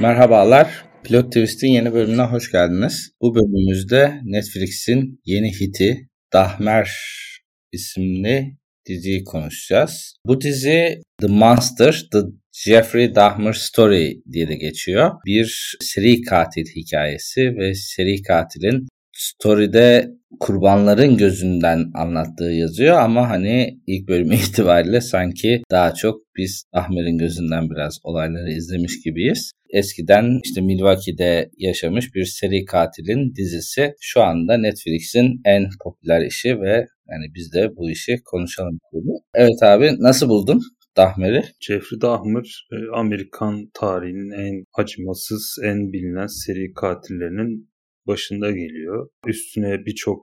Merhabalar, Pilot Twist'in yeni bölümüne hoş geldiniz. Bu bölümümüzde Netflix'in yeni hiti Dahmer isimli diziyi konuşacağız. Bu dizi The Monster, The Jeffrey Dahmer Story diye de geçiyor. Bir seri katil hikayesi ve seri katilin story'de kurbanların gözünden anlattığı yazıyor ama hani ilk bölümü itibariyle sanki daha çok biz Dahmer'in gözünden biraz olayları izlemiş gibiyiz. Eskiden işte Milwaukee'de yaşamış bir seri katilin dizisi şu anda Netflix'in en popüler işi ve yani biz de bu işi konuşalım. Evet abi, nasıl buldun Dahmer'i? Jeffrey Dahmer, Amerikan tarihinin en acımasız, en bilinen seri katillerinin başında geliyor. Üstüne birçok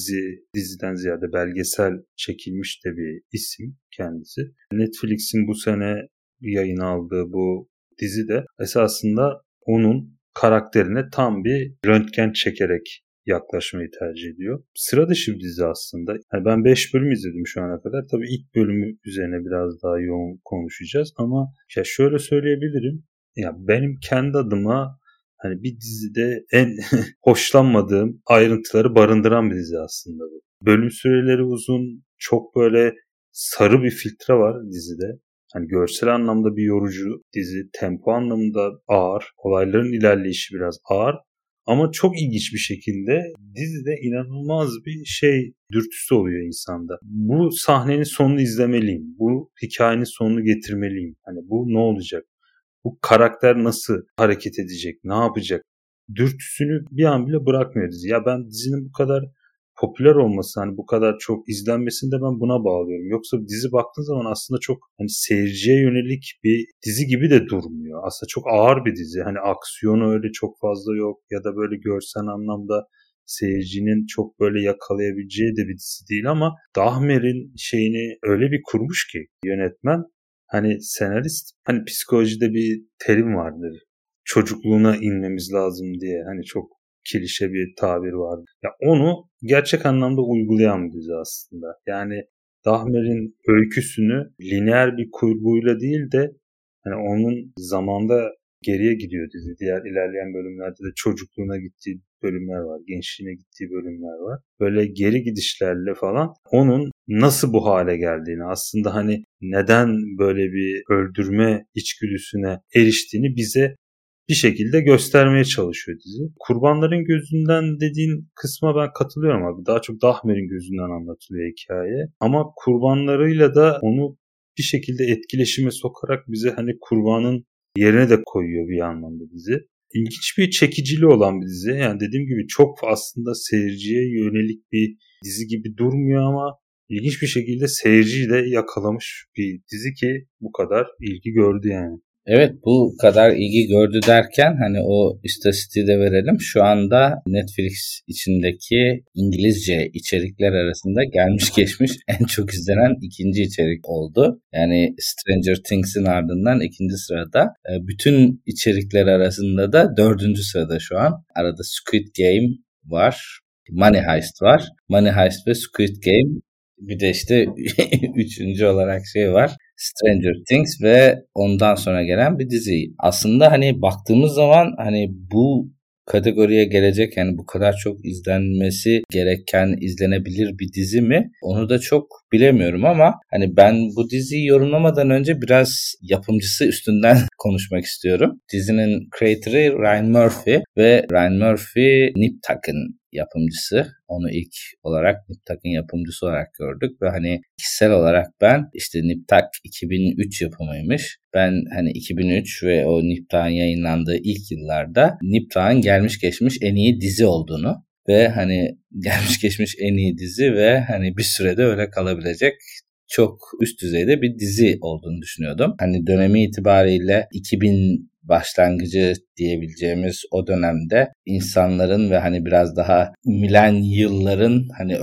diziden ziyade belgesel çekilmiş de bir isim kendisi. Netflix'in bu sene yayına aldığı bu dizi de esasında onun karakterine tam bir röntgen çekerek yaklaşmayı tercih ediyor. Sıra dışı bir dizi aslında. Yani ben 5 bölüm izledim şu ana kadar. Tabii ilk bölümü üzerine biraz daha yoğun konuşacağız ama ya şöyle söyleyebilirim. Ya benim kendi adıma hani bir dizide en hoşlanmadığım ayrıntıları barındıran bir dizi aslında bu. Bölüm süreleri uzun, çok böyle sarı bir filtre var dizide. Hani görsel anlamda bir yorucu dizi, tempo anlamında ağır, olayların ilerleyişi biraz ağır. Ama çok ilginç bir şekilde dizide inanılmaz bir dürtüsü oluyor insanda. Bu sahnenin sonunu izlemeliyim, bu hikayenin sonunu getirmeliyim. Hani bu ne olacak? Bu karakter nasıl hareket edecek, ne yapacak? Dürtüsünü bir an bile bırakmıyor dizi. Ya ben dizinin bu kadar popüler olması, hani bu kadar çok izlenmesini de ben buna bağlıyorum. Yoksa dizi baktığın zaman aslında çok hani seyirciye yönelik bir dizi gibi de durmuyor. Aslında çok ağır bir dizi. Hani aksiyonu öyle çok fazla yok ya da böyle görsel anlamda seyircinin çok böyle yakalayabileceği de bir dizi değil ama Dahmer'in şeyini öyle bir kurmuş ki yönetmen. Hani senarist, hani psikolojide bir terim vardır. Çocukluğuna inmemiz lazım diye, hani çok klişe bir tabir vardır. Ya onu gerçek anlamda uygulayan bir dizi aslında. Yani Dahmer'in öyküsünü lineer bir kurguyla değil de hani onun zamanda geriye gidiyor dizi. Diğer ilerleyen bölümlerde de çocukluğuna gittiği bölümler var, gençliğine gittiği bölümler var. Böyle geri gidişlerle falan onun nasıl bu hale geldiğini, aslında hani neden böyle bir öldürme içgüdüsüne eriştiğini bize bir şekilde göstermeye çalışıyor dizi. Kurbanların gözünden dediğin kısma ben katılıyorum abi. Daha çok Dahmer'in gözünden anlatılıyor hikaye. Ama kurbanlarıyla da onu bir şekilde etkileşime sokarak bize hani kurbanın yerine de koyuyor bir anlamda dizi. İlginç bir çekiciliği olan bir dizi. Yani dediğim gibi çok aslında seyirciye yönelik bir dizi gibi durmuyor ama ilginç bir şekilde seyirciyi de yakalamış bir dizi ki bu kadar ilgi gördü yani. Evet, bu kadar ilgi gördü derken hani o istatistiği de verelim. Şu anda Netflix içindeki İngilizce içerikler arasında gelmiş geçmiş en çok izlenen ikinci içerik oldu. Yani Stranger Things'in ardından ikinci sırada. Bütün içerikler arasında da 4. sırada şu an. Arada Squid Game var. Money Heist var. Money Heist ve Squid Game. Bir de işte 3. olarak var. Stranger Things ve ondan sonra gelen bir dizi. Aslında hani baktığımız zaman hani bu kategoriye gelecek, yani bu kadar çok izlenmesi gereken izlenebilir bir dizi mi? Onu da çok bilemiyorum ama hani ben bu diziyi yorumlamadan önce biraz yapımcısı üstünden konuşmak istiyorum. Dizinin creator'ı Ryan Murphy ve Ryan Murphy Nip Tuck'ın yapımcısı. Onu ilk olarak Nip Tuck'ın yapımcısı olarak gördük ve hani kişisel olarak ben işte Nip Tuck 2003 yapımıymış. Ben hani 2003 ve o Nip Tuck'ın yayınlandığı ilk yıllarda Nip Tuck'ın gelmiş geçmiş en iyi dizi olduğunu ve hani gelmiş geçmiş en iyi dizi ve hani bir sürede öyle kalabilecek çok üst düzeyde bir dizi olduğunu düşünüyordum. Hani dönemi itibariyle 2000 başlangıcı diyebileceğimiz o dönemde insanların ve hani biraz daha milenyılların hani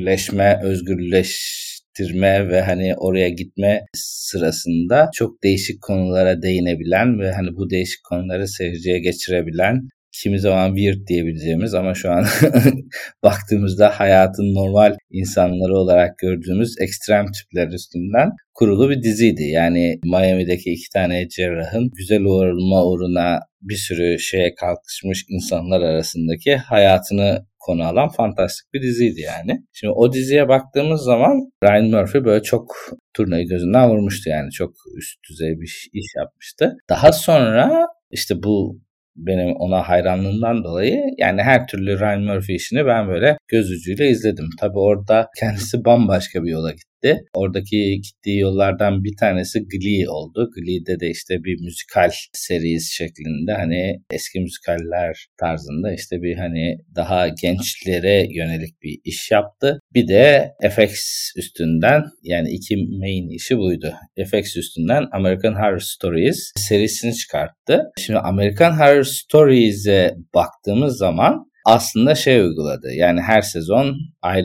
özgürleştirme ve hani oraya gitme sırasında çok değişik konulara değinebilen ve hani bu değişik konuları seyirciye geçirebilen, kimi zaman weird diyebileceğimiz ama şu an baktığımızda hayatın normal insanları olarak gördüğümüz ekstrem tipler üstünden kurulu bir diziydi. Yani Miami'deki 2 tane cerrahın güzel olma uğruna bir sürü şeye kalkışmış insanlar arasındaki hayatını konu alan fantastik bir diziydi yani. Şimdi o diziye baktığımız zaman Ryan Murphy böyle çok turnayı gözünden vurmuştu yani. Çok üst düzey bir iş yapmıştı. Daha sonra işte bu benim ona hayranlığımdan dolayı yani her türlü Ryan Murphy işini ben böyle göz ucuyla izledim. Tabii orada kendisi bambaşka bir yola gitti. Oradaki gittiği yollardan bir tanesi Glee oldu. Glee'de de işte bir müzikal serisi şeklinde hani eski müzikaller tarzında işte bir hani daha gençlere yönelik bir iş yaptı. Bir de FX üstünden yani iki main işi buydu. FX üstünden American Horror Stories serisini çıkarttı. Şimdi American Horror Stories'e baktığımız zaman aslında uyguladı. Yani her sezon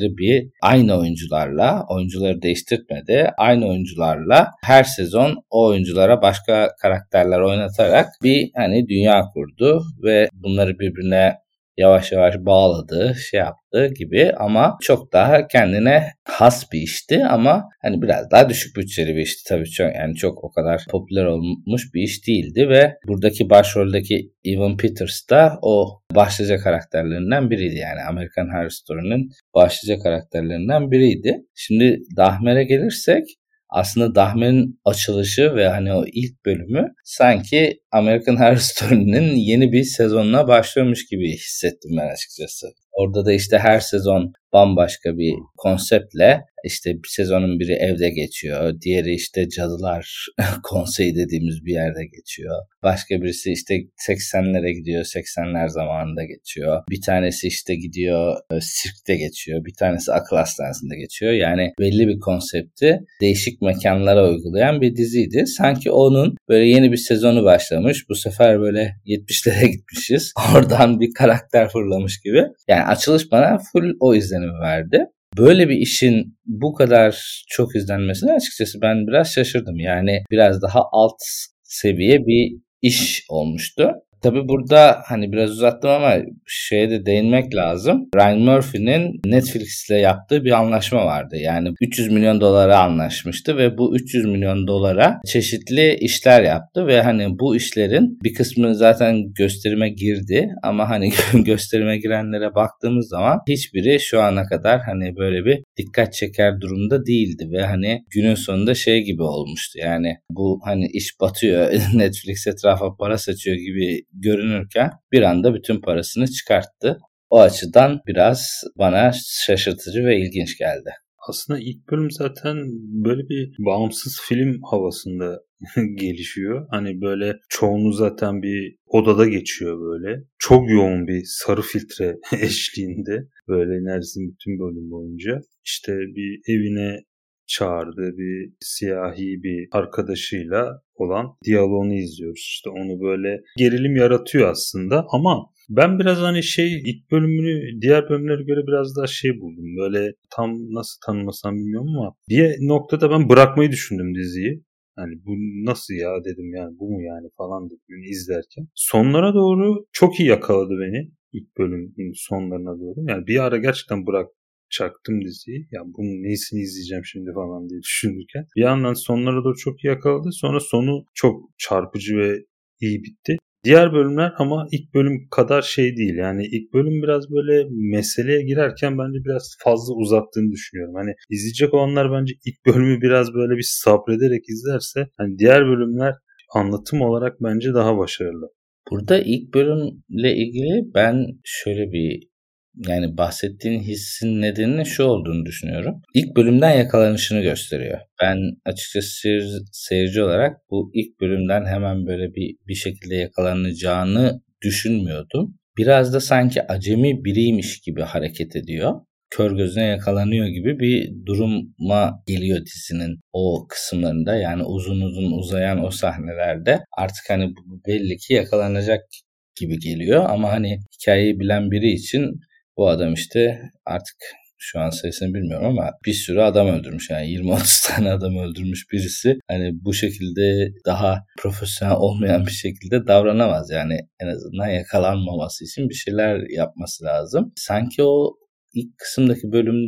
aynı oyuncuları değiştirmedi. Aynı oyuncularla her sezon o oyunculara başka karakterler oynatarak bir hani dünya kurdu ve bunları birbirine yavaş yavaş bağladı, yaptı gibi ama çok daha kendine has bir işti ama hani biraz daha düşük bütçeli bir işti tabii çok o kadar popüler olmuş bir iş değildi ve buradaki başroldeki Evan Peters da o başlıca karakterlerinden biriydi yani American Horror Story'nin başlıca karakterlerinden biriydi. Şimdi Dahmer'e gelirsek aslında Dahmer'in açılışı ve hani o ilk bölümü sanki American Horror Story'nin yeni bir sezonuna başlıyormuş gibi hissettim ben açıkçası. Orada da işte her sezon bambaşka bir konseptle işte bir sezonun biri evde geçiyor. Diğeri işte cadılar konseyi dediğimiz bir yerde geçiyor. Başka birisi işte 80'lere gidiyor. 80'ler zamanında geçiyor. Bir tanesi işte gidiyor sirkte geçiyor. Bir tanesi akıl hastanesinde geçiyor. Yani belli bir konsepti değişik mekanlara uygulayan bir diziydi. Sanki onun böyle yeni bir sezonu başlamış. Bu sefer böyle 70'lere gitmişiz. Oradan bir karakter fırlamış gibi. Yani açılış bana full o izlenimi verdi. Böyle bir işin bu kadar çok izlenmesine açıkçası ben biraz şaşırdım. Yani biraz daha alt seviye bir iş olmuştu. Tabii burada hani biraz uzattım ama şeye de değinmek lazım. Ryan Murphy'nin Netflix'le yaptığı bir anlaşma vardı. Yani 300 milyon dolara anlaşmıştı ve bu 300 milyon dolara çeşitli işler yaptı ve hani bu işlerin bir kısmı zaten gösterime girdi ama hani gösterime girenlere baktığımız zaman hiçbiri şu ana kadar hani böyle bir dikkat çeker durumda değildi ve hani günün sonunda gibi olmuştu. Yani bu hani iş batıyor, Netflix etrafa para saçıyor gibi görünürken bir anda bütün parasını çıkarttı. O açıdan biraz bana şaşırtıcı ve ilginç geldi. Aslında ilk bölüm zaten böyle bir bağımsız film havasında gelişiyor. Hani böyle çoğunluğu zaten bir odada geçiyor böyle. Çok yoğun bir sarı filtre eşliğinde böyle neredeyse bütün bölüm boyunca. İşte bir evine çağırdığı bir siyahi bir arkadaşıyla olan diyaloğunu izliyoruz. İşte onu böyle gerilim yaratıyor aslında ama ben biraz hani ilk bölümünü diğer bölümlere göre biraz daha buldum. Böyle tam nasıl tanımlasam bilmiyorum ama bir noktada ben bırakmayı düşündüm diziyi. Hani bu nasıl ya dedim yani bu mu yani falan dedim izlerken. Sonlara doğru çok iyi yakaladı beni. İlk bölümün sonlarına doğru. Yani bir ara gerçekten bırakacaktım diziyi. Ya bunun neyisini izleyeceğim şimdi falan diye düşünürken. Bir yandan sonlara doğru çok iyi yakaladı. Sonra sonu çok çarpıcı ve iyi bitti. Diğer bölümler ama ilk bölüm kadar değil. Yani ilk bölüm biraz böyle meseleye girerken bence biraz fazla uzattığını düşünüyorum. Hani izleyecek olanlar bence ilk bölümü biraz böyle bir sabrederek izlerse hani diğer bölümler anlatım olarak bence daha başarılı. Burada ilk bölümle ilgili ben şöyle bir yani bahsettiğin hissin nedeninin şu olduğunu düşünüyorum. İlk bölümden yakalanışını gösteriyor. Ben açıkçası seyirci olarak bu ilk bölümden hemen böyle bir şekilde yakalanacağını düşünmüyordum. Biraz da sanki acemi biriymiş gibi hareket ediyor. Kör gözüne yakalanıyor gibi bir duruma geliyor dizinin o kısımlarında. Yani uzun uzun uzayan o sahnelerde artık hani belli ki yakalanacak gibi geliyor. Ama hani hikayeyi bilen biri için bu adam işte artık şu an sayısını bilmiyorum ama bir sürü adam öldürmüş. Yani 20-30 tane adam öldürmüş birisi. Hani bu şekilde daha profesyonel olmayan bir şekilde davranamaz. Yani en azından yakalanmaması için bir şeyler yapması lazım. Sanki o ilk kısımdaki bölümde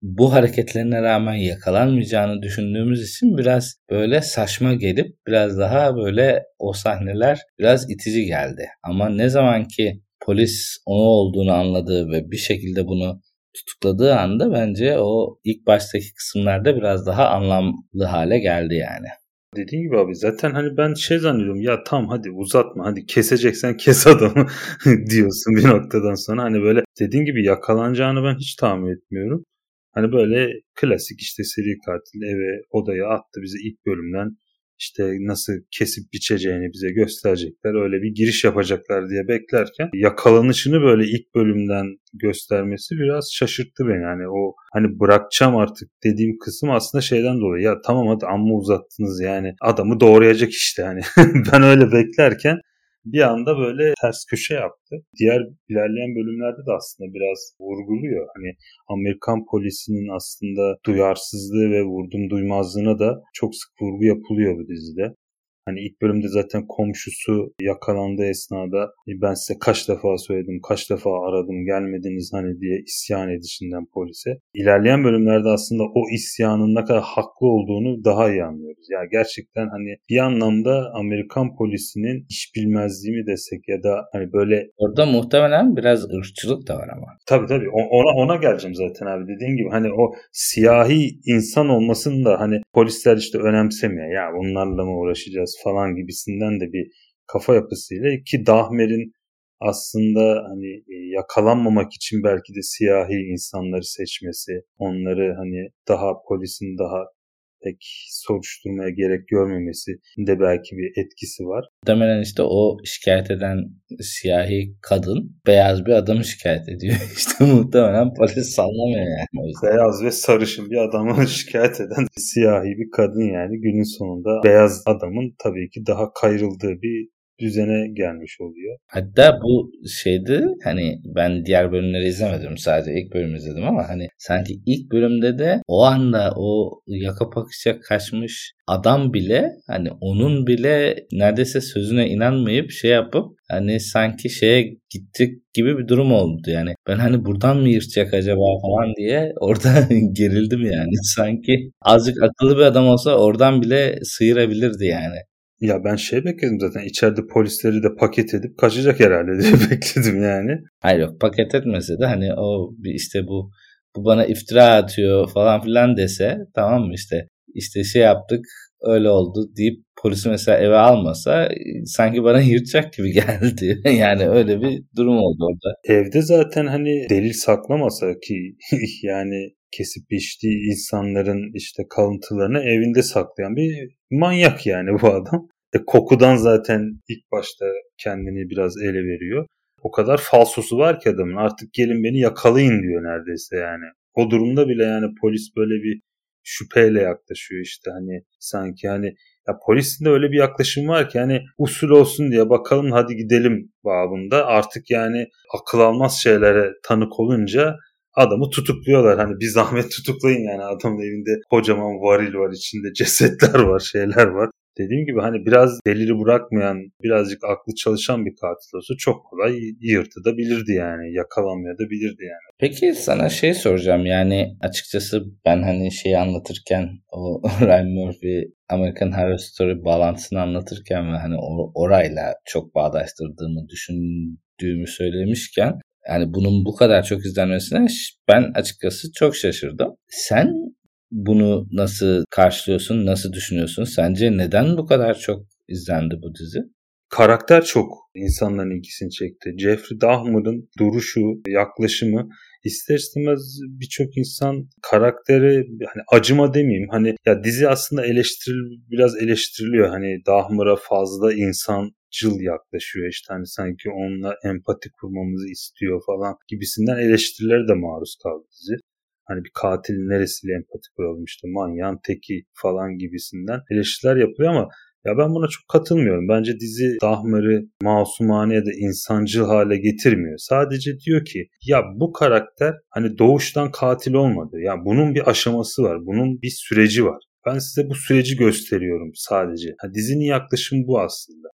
bu hareketlerine rağmen yakalanmayacağını düşündüğümüz için biraz böyle saçma gelip biraz daha böyle o sahneler biraz itici geldi. Ama ne zaman ki polis onu olduğunu anladığı ve bir şekilde bunu tutukladığı anda bence o ilk baştaki kısımlarda biraz daha anlamlı hale geldi yani. Dediğin gibi abi zaten hani ben zannediyorum ya tamam hadi uzatma hadi keseceksen kes adamı diyorsun bir noktadan sonra. Hani böyle dediğin gibi yakalanacağını ben hiç tahmin etmiyorum. Hani böyle klasik işte seri katil eve odaya attı bize ilk bölümden işte nasıl kesip biçeceğini bize gösterecekler. Öyle bir giriş yapacaklar diye beklerken yakalanışını böyle ilk bölümden göstermesi biraz şaşırttı beni. Yani o hani bırakacağım artık dediğim kısım aslında şeyden dolayı ya tamam hadi amma uzattınız yani adamı doğrayacak işte hani ben öyle beklerken bir anda böyle ters köşe yaptı. Diğer ilerleyen bölümlerde de aslında biraz vurguluyor. Hani Amerikan polisinin aslında duyarsızlığı ve vurdum duymazlığına da çok sık vurgu yapılıyor bu dizide. Hani ilk bölümde zaten komşusu yakalandığı esnada ben size kaç defa söyledim, kaç defa aradım gelmediniz hani diye isyan edişinden polise. İlerleyen bölümlerde aslında o isyanın ne kadar haklı olduğunu daha iyi anlıyoruz. Yani gerçekten hani bir anlamda Amerikan polisinin iş bilmezliği mi desek ya da hani böyle... Orada muhtemelen biraz ırkçılık da var ama. Tabii ona geleceğim zaten abi dediğin gibi hani o siyahi insan olmasını da hani polisler işte önemsemiyor ya onlarla mı uğraşacağız falan gibisinden de bir kafa yapısıyla ki Dahmer'in aslında hani yakalanmamak için belki de siyahi insanları seçmesi onları hani daha polisin daha pek soruşturmaya gerek görmemesi de belki bir etkisi var. Muhtemelen işte o şikayet eden siyahi kadın beyaz bir adamı şikayet ediyor. İşte muhtemelen polis sallamıyor yani. Beyaz ve sarışın bir adamı şikayet eden siyahi bir kadın yani günün sonunda beyaz adamın tabii ki daha kayrıldığı bir düzene gelmiş oluyor. Hatta bu şeydi hani ben diğer bölümleri izlemedim sadece ilk bölümü izledim ama hani sanki ilk bölümde de o anda o yaka pakışa kaçmış adam bile hani onun bile neredeyse sözüne inanmayıp şey yapıp hani sanki şeye gittik gibi bir durum oldu yani ben hani buradan mı yırtacak acaba falan diye orada gerildim yani sanki azıcık akıllı bir adam olsa oradan bile sıyırabilirdi yani. Ya ben bekledim zaten içeride polisleri de paket edip kaçacak herhalde diye bekledim yani. Hayır yok paket etmese de hani o işte bu bana iftira atıyor falan filan dese tamam mı işte şey yaptık öyle oldu deyip polisi mesela eve almasa sanki bana yırtacak gibi geldi. Yani öyle bir durum oldu orada. Evde zaten hani delil saklamasa ki yani kesip biçtiği insanların işte kalıntılarını evinde saklayan bir manyak yani bu adam. Kokudan zaten ilk başta kendini biraz ele veriyor. O kadar falsosu var ki adamın artık gelin beni yakalayın diyor neredeyse yani. O durumda bile yani polis böyle bir şüpheyle yaklaşıyor işte hani sanki hani ya polisin de öyle bir yaklaşım var ki hani usul olsun diye bakalım hadi gidelim babında artık yani akıl almaz şeylere tanık olunca adamı tutukluyorlar. Hani bir zahmet tutuklayın yani adamın evinde kocaman varil var içinde cesetler var şeyler var. Dediğim gibi hani biraz deliri bırakmayan, birazcık aklı çalışan bir katil olsa çok kolay yırtılabilirdi yani. Yakalanmayabilirdi yani. Peki sana şey soracağım yani açıkçası ben hani şeyi anlatırken o Ryan Murphy American Horror Story bağlantısını anlatırken ve hani orayla çok bağdaştırdığımı düşündüğümü söylemişken yani bunun bu kadar çok izlenmesine ben açıkçası çok şaşırdım. Sen bunu nasıl karşılıyorsun, nasıl düşünüyorsun? Sence neden bu kadar çok izlendi bu dizi? Karakter çok insanların ilgisini çekti. Jeffrey Dahmer'ın duruşu, yaklaşımı ister istemez birçok insan karakteri hani acıma demeyeyim hani ya dizi aslında biraz eleştiriliyor hani Dahmer'a fazla insancıl yaklaşıyor işte hani sanki onunla empati kurmamızı istiyor falan gibisinden eleştirilere de maruz kaldı dizi. Hani bir katil neresiyle empati kuralım işte manyağın teki falan gibisinden eleştiriler yapılıyor ama ya ben buna çok katılmıyorum. Bence dizi Dahmer'ı masumane ya da insancıl hale getirmiyor. Sadece diyor ki ya bu karakter hani doğuştan katil olmadı. Ya bunun bir aşaması var. Bunun bir süreci var. Ben size bu süreci gösteriyorum sadece. Dizinin yaklaşımı bu aslında.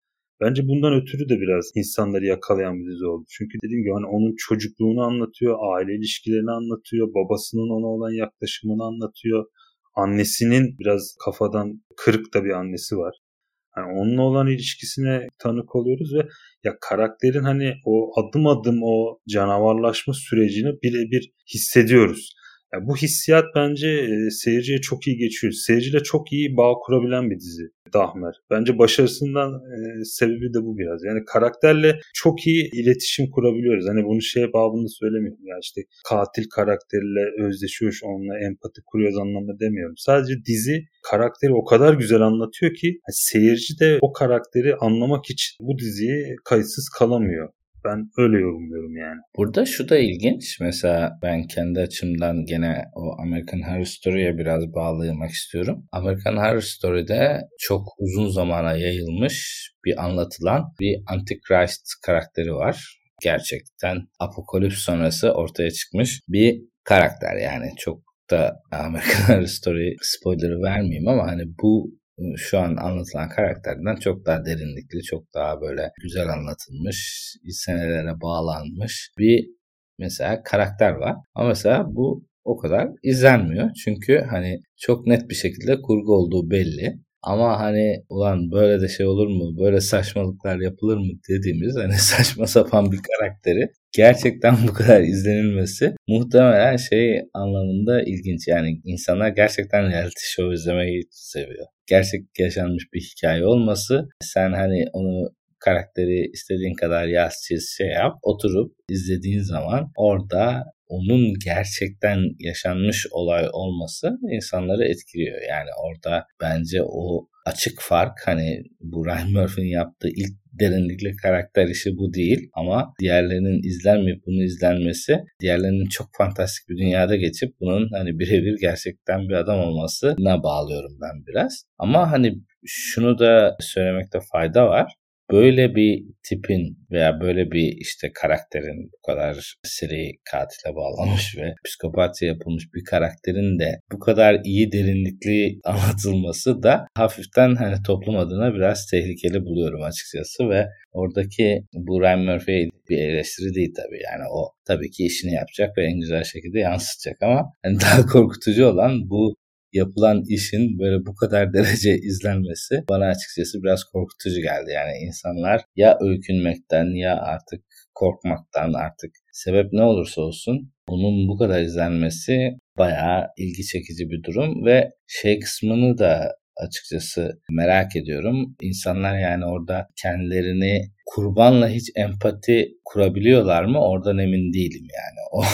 Bence bundan ötürü de biraz insanları yakalayan bir dizi oldu. Çünkü dediğim gibi hani onun çocukluğunu anlatıyor, aile ilişkilerini anlatıyor, babasının ona olan yaklaşımını anlatıyor. Annesinin biraz kafadan kırık da bir annesi var. Yani onunla olan ilişkisine tanık oluyoruz ve ya karakterin hani o adım adım o canavarlaşma sürecini birebir hissediyoruz. Ya bu hissiyat bence seyirciye çok iyi geçiyor. Seyirciyle çok iyi bağ kurabilen bir dizi Dahmer. Bence başarısından sebebi de bu biraz. Yani karakterle çok iyi iletişim kurabiliyoruz. Hani bunu babında söylemiyorum. Ya işte katil karakteriyle özdeşiyoruz, onunla empati kuruyoruz anlamında demiyorum. Sadece dizi karakteri o kadar güzel anlatıyor ki seyirci de o karakteri anlamak için bu diziye kayıtsız kalamıyor. Ben öyle yorumluyorum yani. Burada şu da ilginç. Mesela ben kendi açımdan gene o American Horror Story'ye biraz bağlamak istiyorum. American Horror Story'de çok uzun zamana yayılmış bir anlatılan bir Antichrist karakteri var. Gerçekten apokalips sonrası ortaya çıkmış bir karakter yani. Çok da American Horror Story spoiler'ı vermeyeyim ama hani bu şu an anlatılan karakterden çok daha derinlikli, çok daha böyle güzel anlatılmış, senelere bağlanmış bir mesela karakter var. Ama mesela bu o kadar izlenmiyor. Çünkü hani çok net bir şekilde kurgu olduğu belli. Ama hani ulan böyle de şey olur mu, böyle saçmalıklar yapılır mı dediğimiz hani saçma sapan bir karakteri gerçekten bu kadar izlenilmesi muhtemelen anlamında ilginç. Yani insanlar gerçekten reality show izlemeyi seviyor. Gerçek yaşanmış bir hikaye olması, sen hani onu karakteri istediğin kadar yaz çiz yap, oturup izlediğin zaman orada onun gerçekten yaşanmış olay olması insanları etkiliyor. Yani orada bence o açık fark, hani bu Ryan Murphy'nin yaptığı ilk derinlikli karakter işi bu değil ama diğerlerinin izlenmeyip bunu izlenmesi, diğerlerinin çok fantastik bir dünyada geçip bunun hani birebir gerçekten bir adam olmasına bağlıyorum ben biraz. Ama hani şunu da söylemekte fayda var. Böyle bir tipin veya böyle bir karakterin, bu kadar seri katile bağlanmış ve psikopatça yapılmış bir karakterin de bu kadar iyi derinlikli anlatılması da hafiften hani toplum adına biraz tehlikeli buluyorum açıkçası ve oradaki bu Ryan Murphy'ye bir eleştiri değil tabii. Yani o tabii ki işini yapacak ve en güzel şekilde yansıtacak ama hani daha korkutucu olan bu yapılan işin böyle bu kadar derece izlenmesi bana açıkçası biraz korkutucu geldi. Yani insanlar ya öykünmekten ya artık korkmaktan, artık sebep ne olursa olsun bunun bu kadar izlenmesi bayağı ilgi çekici bir durum ve kısmını da açıkçası merak ediyorum. İnsanlar yani orada kendilerini kurbanla hiç empati kurabiliyorlar mı? Oradan emin değilim yani.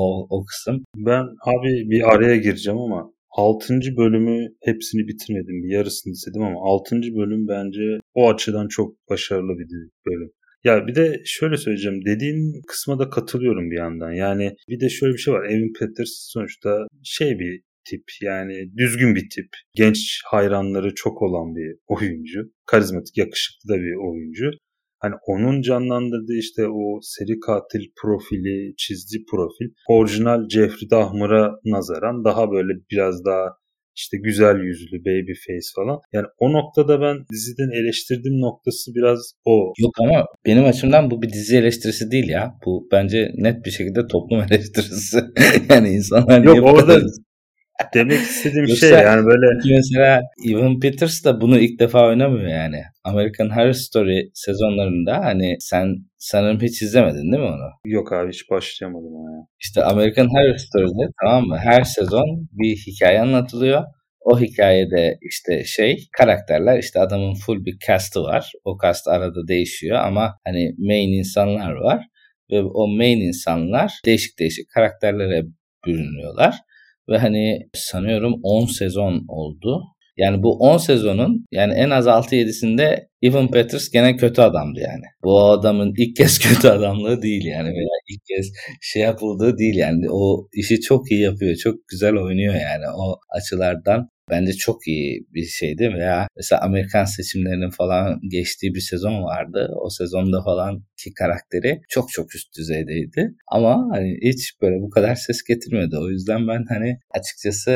O kısım. Ben abi bir araya gireceğim ama 6. bölümü hepsini bitirmedim. Bir yarısını izledim ama 6. bölüm bence o açıdan çok başarılı bir bölüm. Ya bir de şöyle söyleyeceğim. Dediğin kısma da katılıyorum bir yandan. Yani bir de şöyle bir şey var. Evan Peters sonuçta bir tip, yani düzgün bir tip. Genç hayranları çok olan bir oyuncu. Karizmatik, yakışıklı da bir oyuncu. Hani onun canlandırdığı o seri katil profili, çizdiği profil orijinal Jeffrey Dahmer'a nazaran daha böyle biraz daha güzel yüzlü, baby face falan. Yani o noktada ben diziden eleştirdiğim noktası biraz o. Yok ama benim açımdan bu bir dizi eleştirisi değil ya. Bu bence net bir şekilde toplum eleştirisi. Yani insanlar Yok niye orada demek istediğim Yoksa yani böyle mesela Evan Peters da bunu ilk defa oynamıyor yani. American Horror Story sezonlarında hani sen sanırım hiç izlemedin değil mi onu? yok abi hiç başlayamadım ona ya. İşte American Horror Story'de, tamam mı? Her sezon bir hikaye anlatılıyor. O hikayede karakterler, adamın full bir cast'ı var. O cast arada değişiyor ama hani main insanlar var ve o main insanlar değişik değişik karakterlere bürünüyorlar. Ve hani sanıyorum 10 sezon oldu. Yani bu 10 sezonun yani en az 6-7'sinde Evan Peters gene kötü adamdı yani. Bu adamın ilk kez kötü adamlığı değil yani veya ilk kez yapıldığı değil yani. O işi çok iyi yapıyor. Çok güzel oynuyor yani o açılardan. Bence çok iyi bir şeydi veya mesela Amerikan seçimlerinin falan geçtiği bir sezon vardı. O sezonda falan ki karakteri çok çok üst düzeydeydi. Ama hani hiç böyle bu kadar ses getirmedi. O yüzden ben hani açıkçası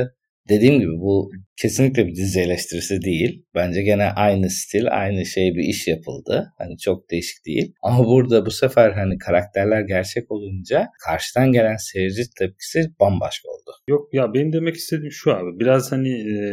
dediğim gibi bu kesinlikle bir dizi eleştirisi değil. Bence gene aynı stil, aynı şey bir iş yapıldı. Hani çok değişik değil. Ama burada bu sefer hani karakterler gerçek olunca karşıdan gelen seyirci tepkisi bambaşka oldu. Yok ya, benim demek istediğim şu abi. Biraz hani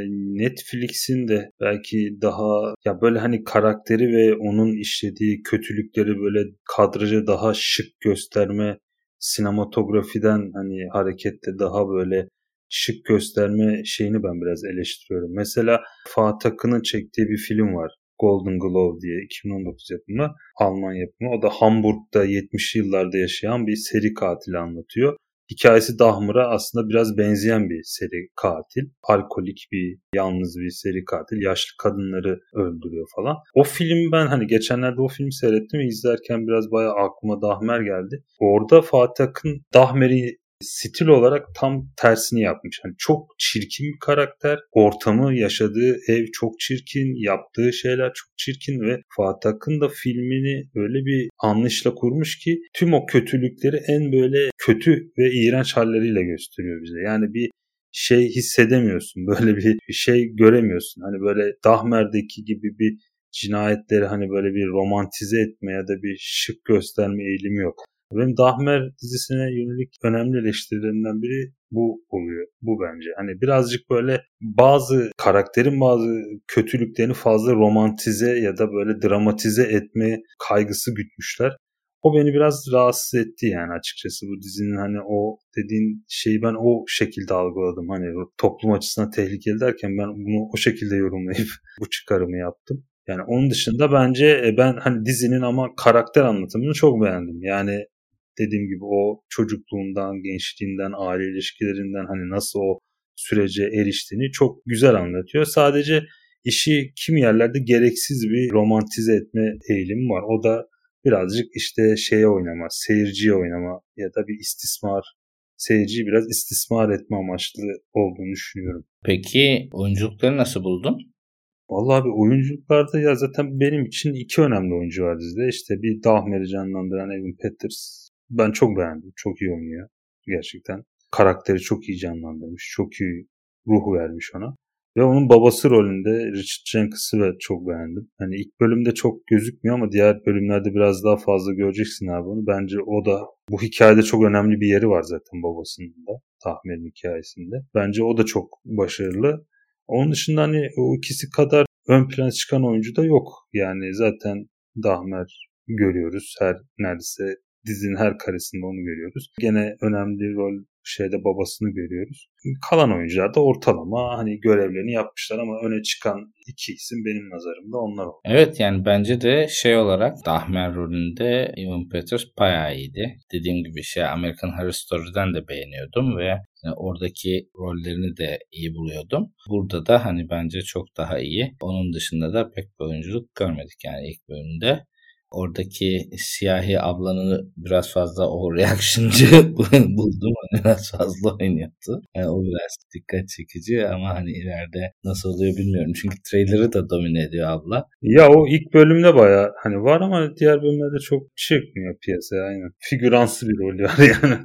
Netflix'in de belki daha ya böyle hani karakteri ve onun işlediği kötülükleri böyle kadraja daha şık gösterme, sinematografiden hani hareketle daha böyle şık gösterme şeyini ben biraz eleştiriyorum. Mesela Fatih Akın'ın çektiği bir film var. Golden Glove diye, 2019 yapımı, Alman yapımı. O da Hamburg'da 70'li yıllarda yaşayan bir seri katili anlatıyor. Hikayesi Dahmer'a aslında biraz benzeyen bir seri katil. Alkolik bir, yalnız bir seri katil. Yaşlı kadınları öldürüyor falan. O film, ben hani geçenlerde o filmi seyrettim ve izlerken biraz bayağı aklıma Dahmer geldi. Orada Fatih Akın Dahmer'i stil olarak tam tersini yapmış. Hani çok çirkin bir karakter. Ortamı, yaşadığı ev çok çirkin. Yaptığı şeyler çok çirkin ve Fatih Akın da filmini öyle bir anlayışla kurmuş ki tüm o kötülükleri en böyle kötü ve iğrenç halleriyle gösteriyor bize. Yani bir şey hissedemiyorsun. Böyle bir şey göremiyorsun. Hani böyle Dahmer'deki gibi bir cinayetleri hani böyle bir romantize etme ya da bir şık gösterme eğilimi yok. Benim Dahmer dizisine yönelik önemli eleştirilerimden biri bu oluyor. Bu bence. Hani birazcık böyle bazı karakterin bazı kötülüklerini fazla romantize ya da böyle dramatize etme kaygısı gütmüşler. O beni biraz rahatsız etti yani açıkçası. Bu dizinin hani o dediğin şeyi ben o şekilde algıladım. Hani toplum açısından tehlikeli derken ben bunu o şekilde yorumlayıp bu çıkarımı yaptım. Yani onun dışında bence ben hani dizinin ama karakter anlatımını çok beğendim. Yani dediğim gibi o çocukluğundan, gençliğinden, aile ilişkilerinden hani nasıl o sürece eriştiğini çok güzel anlatıyor. Sadece işi kimi yerlerde gereksiz bir romantize etme eğilimi var. O da birazcık işte şeye oynama, seyirciye oynama ya da bir istismar, seyirciyi biraz istismar etme amaçlı olduğunu düşünüyorum. Peki oyunculukları nasıl buldun? Vallahi abi oyunculuklarda ya zaten benim için iki önemli oyuncu var dizide. İşte bir Dahmer'i canlandıran Evan Peters. Ben çok beğendim. Çok iyi oynuyor gerçekten. Karakteri çok iyi canlandırmış. Çok iyi ruh vermiş ona. Ve onun babası rolünde Richard Jenkins'i ben çok beğendim. Hani ilk bölümde çok gözükmüyor ama diğer bölümlerde biraz daha fazla göreceksin abi onu. Bence o da bu hikayede çok önemli bir yeri var zaten babasının da. Dahmer'in hikayesinde. Bence o da çok başarılı. Onun dışında hani o ikisi kadar ön plana çıkan oyuncu da yok. Yani zaten Dahmer görüyoruz. Neredeyse dizinin her karesinde onu görüyoruz. Gene önemli rol şeyde babasını görüyoruz. Kalan oyuncular da ortalama hani görevlerini yapmışlar ama öne çıkan iki isim benim nazarımda onlar oldu. Evet yani bence de şey olarak Dahmer rolünde Evan Peters bayağı iyiydi. Dediğim gibi American Horror Story'den de beğeniyordum ve oradaki rollerini de iyi buluyordum. Burada da hani bence çok daha iyi. Onun dışında da pek bir oyunculuk görmedik yani ilk bölümde. Oradaki siyahi ablanı biraz fazla overreaction'cı buldum. Hani biraz fazla oynuyordu. Yani o biraz dikkat çekici ama hani ileride nasıl oluyor bilmiyorum. Çünkü trailer'ı da domine ediyor abla. Ya o ilk bölümde bayağı hani var ama diğer bölümlerde çok çıkmıyor piyasaya aynen. Figüransı bir rol var yani.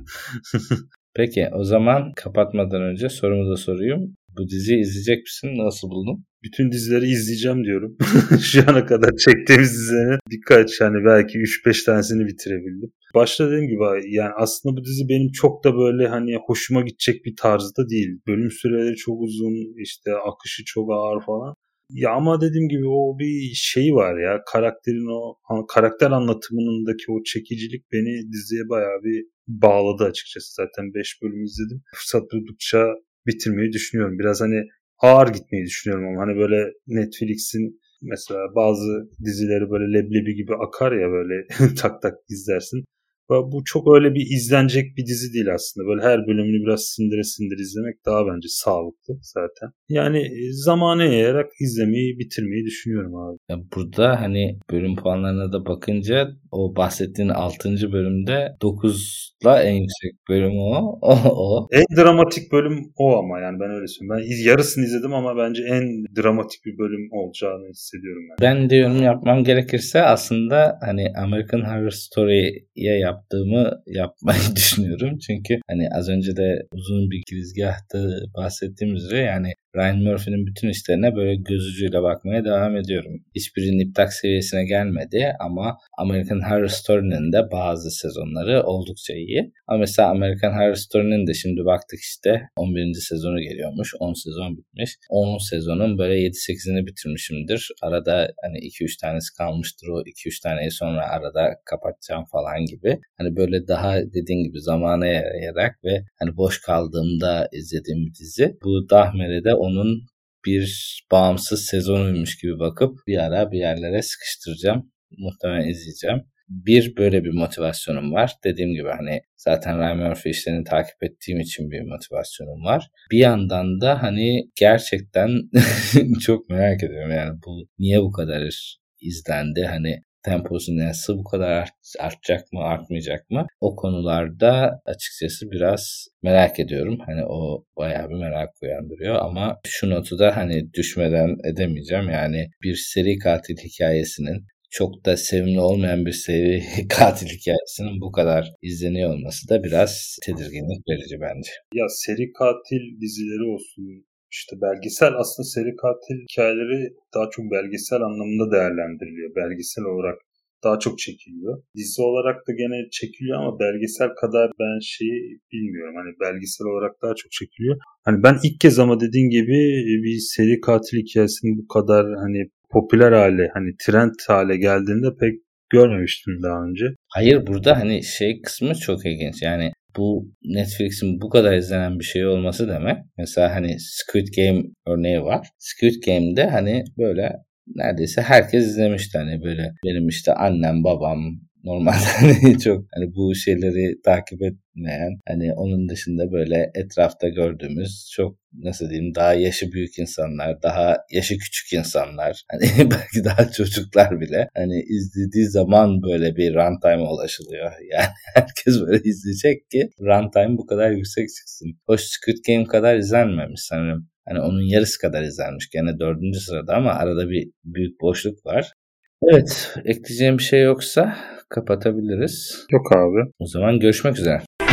Peki o zaman kapatmadan önce sorumu da sorayım. Bu diziyi izleyecek misin? Nasıl buldun? Bütün dizileri izleyeceğim diyorum. Şu ana kadar çektiğimiz dizilerin birkaç hani belki 3-5 tanesini bitirebildim. Başta dediğim gibi yani aslında bu dizi benim çok da böyle hani hoşuma gidecek bir tarzda değil. Bölüm süreleri çok uzun, işte akışı çok ağır falan. Ya ama dediğim gibi o bir şey var ya, karakterin o karakter anlatımındaki o çekicilik beni diziye bayağı bir bağladı açıkçası. Zaten 5 bölüm izledim. Fırsat buldukça bitirmeyi düşünüyorum. Biraz hani ağır gitmeyi düşünüyorum ama hani böyle Netflix'in mesela bazı dizileri böyle leblebi gibi akar ya böyle tak tak izlersin. Bu çok öyle bir izlenecek bir dizi değil aslında. Böyle her bölümünü biraz sindire sindire izlemek daha bence sağlıklı zaten. Yani zamana yayarak izlemeyi, bitirmeyi düşünüyorum abi. Ya burada hani bölüm puanlarına da bakınca o bahsettiğin 6. bölümde 9'la en yüksek bölüm o. O. En dramatik bölüm o ama yani ben öyle söyleyeyim. Ben yarısını izledim ama bence en dramatik bir bölüm olacağını hissediyorum ben. Ben de yorum yapmam gerekirse aslında hani American Horror Story'ye yaptığımı yapmayı düşünüyorum. Çünkü hani az önce de uzun bir girizgahta bahsettiğimiz üzere yani Ryan Murphy'nin bütün işlerine böyle göz ucuyla bakmaya devam ediyorum. Hiçbiri Niptak seviyesine gelmedi ama American Horror Story'nin de bazı sezonları oldukça iyi. Ama mesela American Horror Story'nin de şimdi baktık işte 11. sezonu geliyormuş. 10 sezon bitmiş. 10 sezonun böyle 7-8'ini bitirmişimdir. Arada hani 2-3 tanesi kalmıştır. O 2-3 taneyi sonra arada kapatacağım falan gibi. Hani böyle daha dediğin gibi zamana yayarak ve hani boş kaldığımda izlediğim bir dizi. Bu Dahmer'e onun bir bağımsız sezonuymuş gibi bakıp bir ara bir yerlere sıkıştıracağım. Muhtemelen izleyeceğim. Böyle bir motivasyonum var. Dediğim gibi hani zaten Ryan Murphy işlerini takip ettiğim için bir motivasyonum var. Bir yandan da hani gerçekten çok merak ediyorum yani bu niye bu kadar izlendi? Hani temposu nasıl bu kadar artacak mı artmayacak mı? O konularda açıkçası biraz merak ediyorum. Hani o bayağı bir merak uyandırıyor ama şu notu da hani düşmeden edemeyeceğim. Yani bir seri katil hikayesinin çok da sevimli olmayan bir seri katil hikayesinin bu kadar izleniyor olması da biraz tedirginlik verici bence. Ya seri katil dizileri olsun, işte belgesel, aslında seri katil hikayeleri daha çok belgesel anlamında değerlendiriliyor. Belgesel olarak daha çok çekiliyor. Dizi olarak da gene çekiliyor ama belgesel kadar ben şeyi bilmiyorum. Hani belgesel olarak daha çok çekiliyor. Hani ben ilk kez ama dediğin gibi bir seri katil hikayesinin bu kadar hani popüler hale, hani trend hale geldiğinde pek görmemiştim daha önce. Hayır, burada hani şey kısmı çok ilginç. Yani bu Netflix'in bu kadar izlenen bir şey olması demek. Mesela hani Squid Game örneği var. Squid Game'de hani böyle neredeyse herkes izlemişti. Hani böyle benim işte annem, babam, normalde hani çok hani bu şeyleri takip etmeyen, hani onun dışında böyle etrafta gördüğümüz çok nasıl diyeyim daha yaşı büyük insanlar, daha yaşı küçük insanlar, hani belki daha çocuklar bile hani izlediği zaman böyle bir runtime ulaşılıyor. Yani herkes böyle izleyecek ki runtime bu kadar yüksek çıksın. Hoş Squid Game kadar izlenmemiş sanırım. Hani onun yarısı kadar izlenmiş. Gene 4. sırada ama arada bir büyük boşluk var. Evet, ekleyeceğim bir şey yoksa kapatabiliriz. Yok abi. O zaman görüşmek üzere.